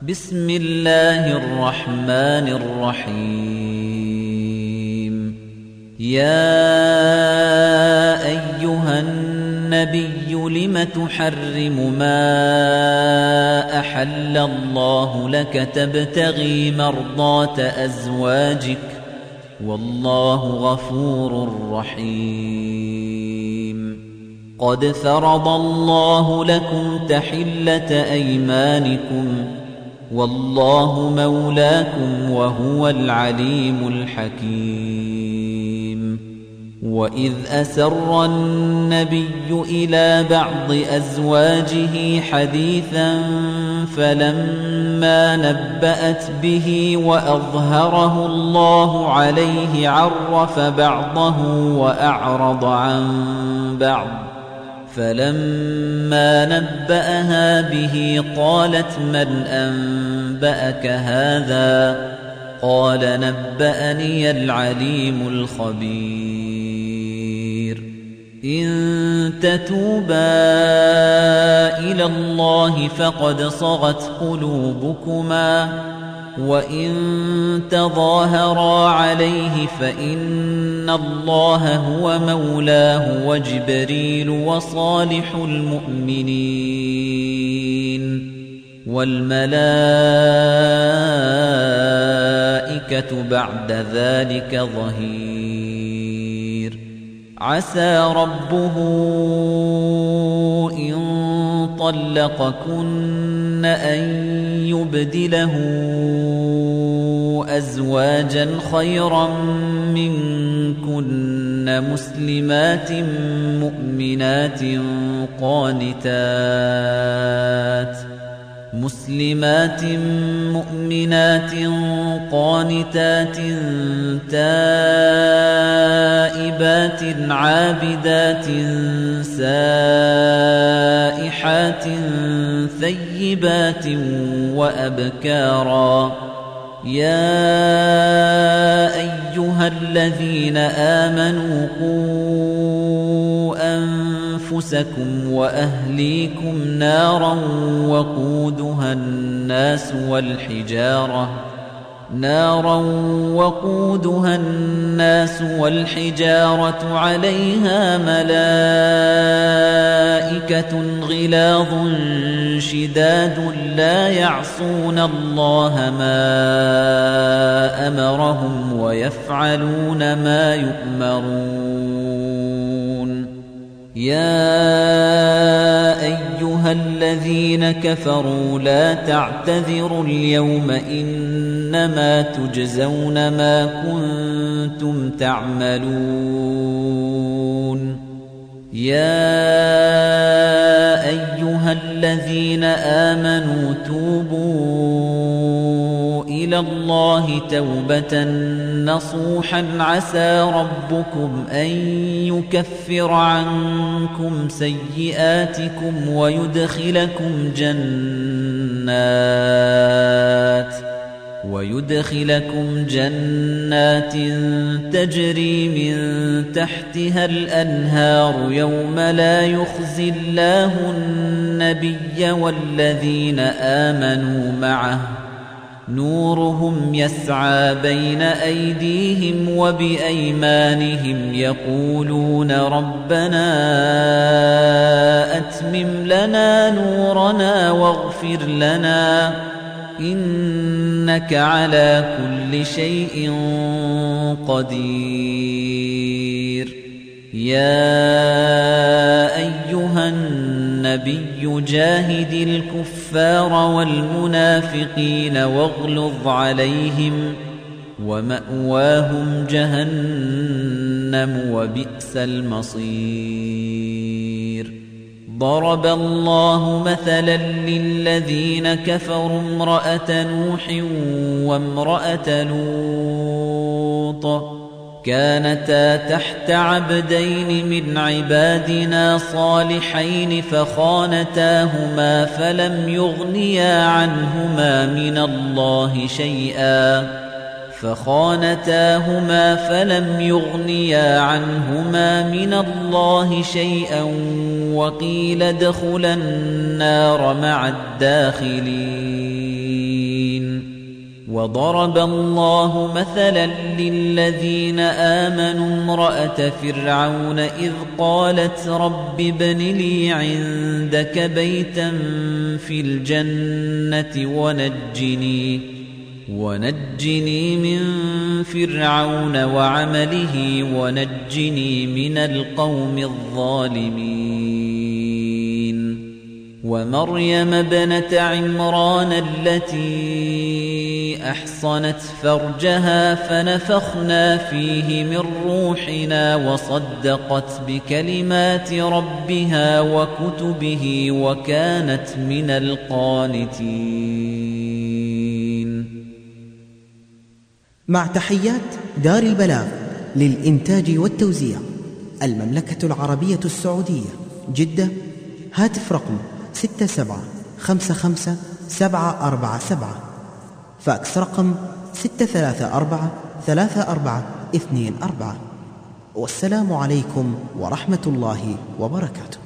بسم الله الرحمن الرحيم يا أيها النبي لم تحرم ما أحل الله لك تبتغي مرضات أزواجك والله غفور رحيم قد فرض الله لكم تحلة أيمانكم والله مولاكم وهو العليم الحكيم وإذ أسر النبي إلى بعض أزواجه حديثا فلما نبأت به وأظهره الله عليه عرف بعضه وأعرض عن بعض فلما نبأها به قالت من أنبأك هذا قال نبأني العليم الخبير إن تتوبا إلى الله فقد صغت قلوبكما وإن تظاهرا عليه فإن الله هو مولاه وجبريل وصالح المؤمنين والملائكة بعد ذلك ظهير عسى ربه إن طلقكن أن يبدله أزواجا خيرا منكن مسلمات مؤمنات قانتات تائبات عابدات سائحات ثيبات وأبكارا يا أيها الذين آمنوا قوا أنفسكم وأهليكم نارا وقودها الناس والحجارة عليها ملائكة غلاظ شداد لا يعصون الله ما أمرهم ويفعلون ما يؤمرون يا أيها الذين كفروا لا تعتذروا اليوم إنما تجزون ما كنتم تعملون يا أيها الذين آمنوا توبوا إلى الله توبة نصوحا عسى ربكم أن يكفر عنكم سيئاتكم ويدخلكم جنات تجري من تحتها الأنهار يوم لا يخزي الله النبي والذين آمنوا معه نورهم يسعى بين أيديهم وبأيمانهم يقولون ربنا أتمم لنا نورنا واغفر لنا إنك على كل شيء قدير يا أيها النبي جاهد الكفار والمنافقين واغلظ عليهم ومأواهم جهنم وبئس المصير ضرب الله مثلا للذين كفروا امرأة نوح وامرأة لوط كانتا تحت عبدين من عبادنا صالحين فخانتاهما فلم يغنيا عنهما من الله شيئا وقيل ادخلا النار مع الداخلين وضرب الله مثلا للذين آمنوا امرأة فرعون إذ قالت رب ابن لي عندك بيتا في الجنة ونجني من فرعون وعمله ونجني من القوم الظالمين ومريم ابنة عمران التي أحصنت فرجها فنفخنا فيه من روحنا وصدقت بكلمات ربها وكتبه وكانت من القانتين. مع تحيات دار البلاغ للإنتاج والتوزيع، المملكة العربية السعودية، جدة. هاتف رقم 6755-747. فاكس رقم 634-3424. والسلام عليكم ورحمة الله وبركاته.